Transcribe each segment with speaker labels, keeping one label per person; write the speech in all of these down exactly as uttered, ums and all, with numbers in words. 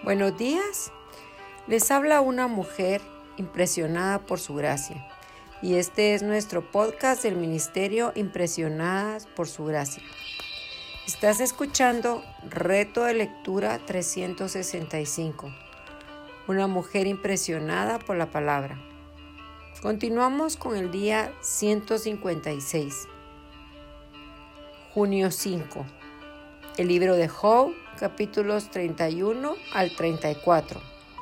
Speaker 1: Buenos días, les habla una mujer impresionada por su gracia y este es nuestro podcast del Ministerio Impresionadas por su gracia. Estás escuchando Reto de Lectura trescientos sesenta y cinco, una mujer impresionada por la palabra. Continuamos con el día ciento cincuenta y seis, junio cinco, el libro de Job, capítulos treinta y uno al treinta y cuatro.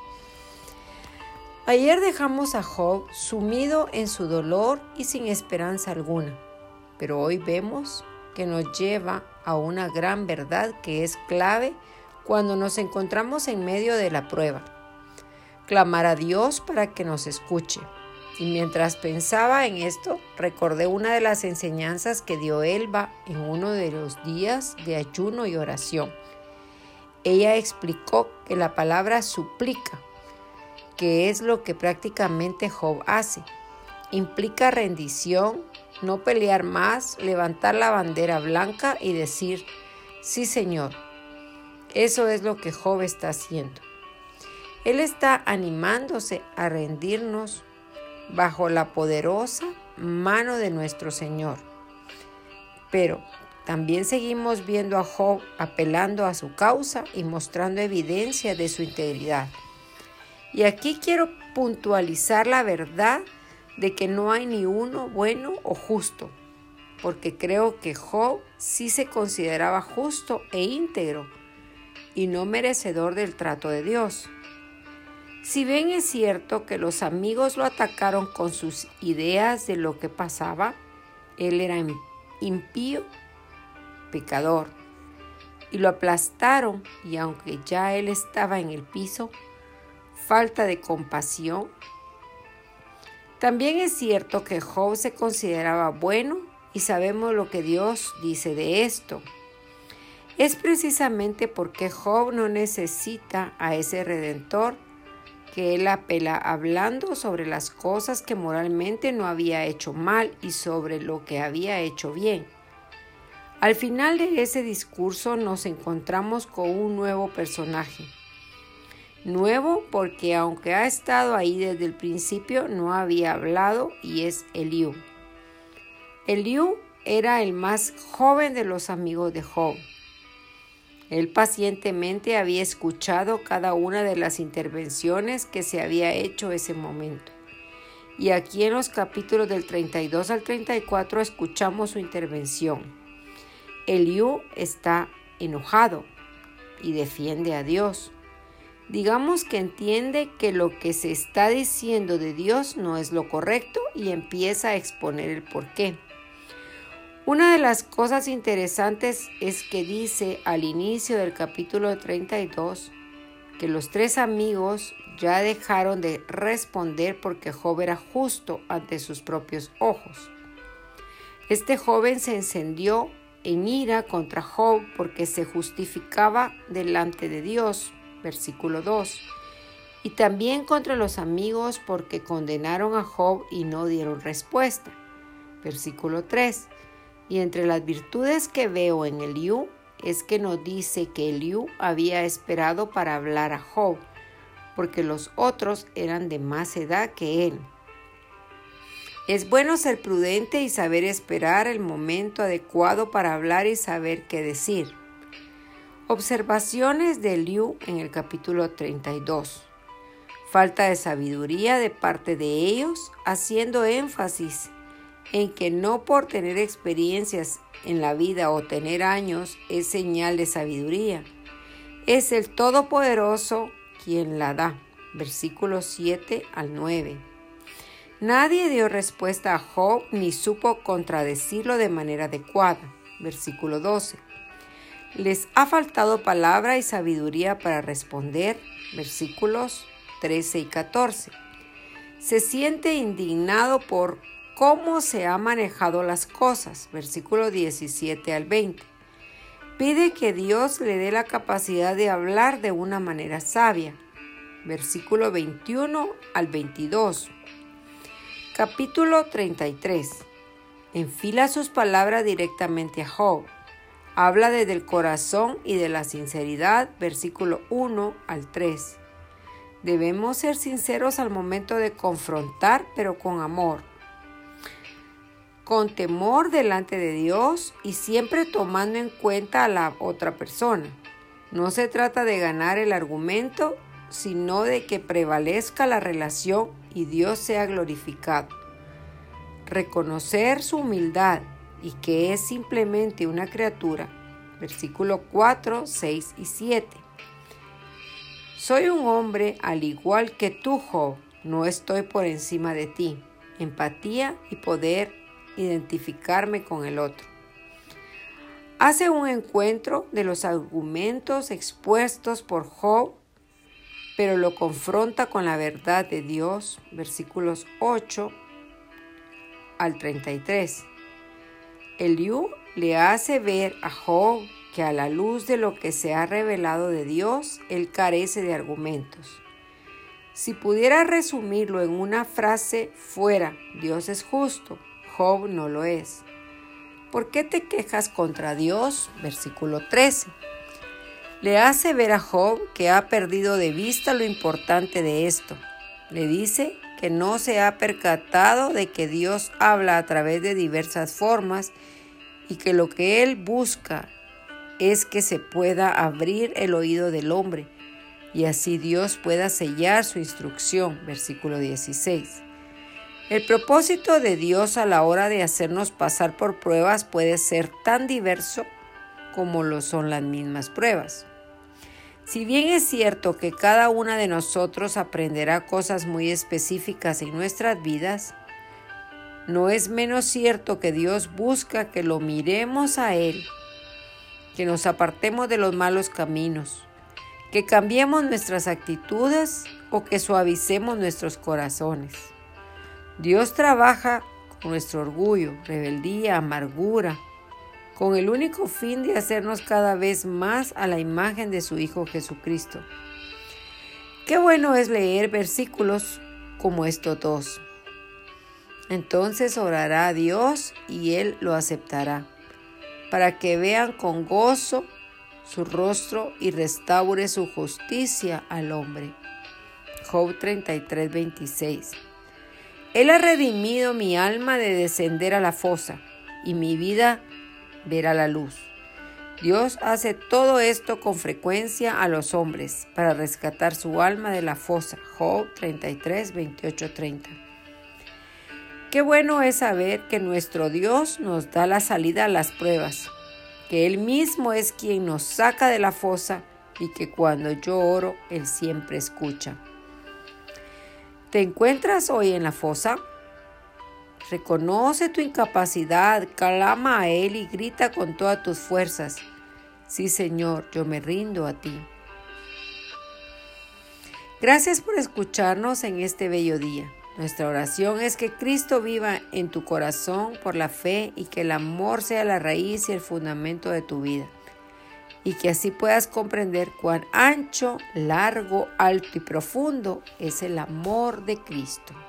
Speaker 1: Ayer dejamos a Job sumido en su dolor y sin esperanza alguna, pero hoy vemos que nos lleva a una gran verdad que es clave cuando nos encontramos en medio de la prueba. Clamar a Dios para que nos escuche. Y mientras pensaba en esto, recordé una de las enseñanzas que dio Elba en uno de los días de ayuno y oración. Ella explicó que la palabra suplica, que es lo que prácticamente Job hace, implica rendición, no pelear más, levantar la bandera blanca y decir, sí Señor. Eso es lo que Job está haciendo. Él está animándose a rendirnos bajo la poderosa mano de nuestro Señor. Pero también seguimos viendo a Job apelando a su causa y mostrando evidencia de su integridad. Y aquí quiero puntualizar la verdad de que no hay ni uno bueno o justo, porque creo que Job sí se consideraba justo e íntegro y no merecedor del trato de Dios. Si bien es cierto que los amigos lo atacaron con sus ideas de lo que pasaba, él era impío, pecador, y lo aplastaron, y aunque ya él estaba en el piso, falta de compasión. También es cierto que Job se consideraba bueno y sabemos lo que Dios dice de esto. Es precisamente porque Job no necesita a ese Redentor que él apela hablando sobre las cosas que moralmente no había hecho mal y sobre lo que había hecho bien. Al final de ese discurso nos encontramos con un nuevo personaje. Nuevo porque aunque ha estado ahí desde el principio no había hablado y es Eliú. Eliú era el más joven de los amigos de Job. Él pacientemente había escuchado cada una de las intervenciones que se había hecho ese momento. Y aquí en los capítulos del treinta y dos al treinta y cuatro escuchamos su intervención. Eliú está enojado y defiende a Dios. Digamos que entiende que lo que se está diciendo de Dios no es lo correcto y empieza a exponer el porqué. Una de las cosas interesantes es que dice al inicio del capítulo treinta y dos que los tres amigos ya dejaron de responder porque Job era justo ante sus propios ojos. Este joven se encendió en ira contra Job porque se justificaba delante de Dios, versículo dos, y también contra los amigos porque condenaron a Job y no dieron respuesta, versículo tres. Y entre las virtudes que veo en Eliú es que nos dice que Eliú había esperado para hablar a Job, porque los otros eran de más edad que él. Es bueno ser prudente y saber esperar el momento adecuado para hablar y saber qué decir. Observaciones de Eliú en el capítulo treinta y dos. Falta de sabiduría de parte de ellos, haciendo énfasis en que no por tener experiencias en la vida o tener años es señal de sabiduría. Es el Todopoderoso quien la da. Versículos siete al nueve. Nadie dio respuesta a Job ni supo contradecirlo de manera adecuada. Versículo doce. Les ha faltado palabra y sabiduría para responder. Versículos trece y catorce. Se siente indignado por cómo se han manejado las cosas. Versículo diecisiete al veinte. Pide que Dios le dé la capacidad de hablar de una manera sabia. Versículo veintiuno al veintidós. Capítulo treinta y tres. Enfila sus palabras directamente a Job. Habla desde el corazón y de la sinceridad, versículo uno al tres. Debemos ser sinceros al momento de confrontar, pero con amor, con temor delante de Dios y siempre tomando en cuenta a la otra persona. No se trata de ganar el argumento, sino de que prevalezca la relación y Dios sea glorificado. Reconocer su humildad y que es simplemente una criatura. Versículo cuatro, seis y siete. Soy un hombre al igual que tú, Job, no estoy por encima de ti. Empatía y poder identificarme con el otro. Hace un encuentro de los argumentos expuestos por Job, pero lo confronta con la verdad de Dios, versículos ocho al treinta y tres. Eliú le hace ver a Job que a la luz de lo que se ha revelado de Dios, él carece de argumentos. Si pudiera resumirlo en una frase fuera, Dios es justo, Job no lo es. ¿Por qué te quejas contra Dios? Versículo trece. Le hace ver a Job que ha perdido de vista lo importante de esto. Le dice que no se ha percatado de que Dios habla a través de diversas formas y que lo que él busca es que se pueda abrir el oído del hombre y así Dios pueda sellar su instrucción. Versículo dieciséis. El propósito de Dios a la hora de hacernos pasar por pruebas puede ser tan diverso como lo son las mismas pruebas. Si bien es cierto que cada una de nosotros aprenderá cosas muy específicas en nuestras vidas, no es menos cierto que Dios busca que lo miremos a Él, que nos apartemos de los malos caminos, que cambiemos nuestras actitudes o que suavicemos nuestros corazones. Dios trabaja con nuestro orgullo, rebeldía, amargura, con el único fin de hacernos cada vez más a la imagen de su Hijo Jesucristo. Qué bueno es leer versículos como estos dos. Entonces orará a Dios y Él lo aceptará, para que vean con gozo su rostro y restaure su justicia al hombre. Job treinta y tres, veintiséis. Él ha redimido mi alma de descender a la fosa, y mi vida verá la luz. Dios hace todo esto con frecuencia a los hombres para rescatar su alma de la fosa. Job treinta y tres, veintiocho, treinta. Qué bueno es saber que nuestro Dios nos da la salida a las pruebas, que Él mismo es quien nos saca de la fosa y que cuando yo oro, Él siempre escucha. ¿Te encuentras hoy en la fosa? Reconoce tu incapacidad, clama a Él y grita con todas tus fuerzas: sí, Señor, yo me rindo a ti. Gracias por escucharnos en este bello día. Nuestra oración es que Cristo viva en tu corazón por la fe y que el amor sea la raíz y el fundamento de tu vida. Y que así puedas comprender cuán ancho, largo, alto y profundo es el amor de Cristo.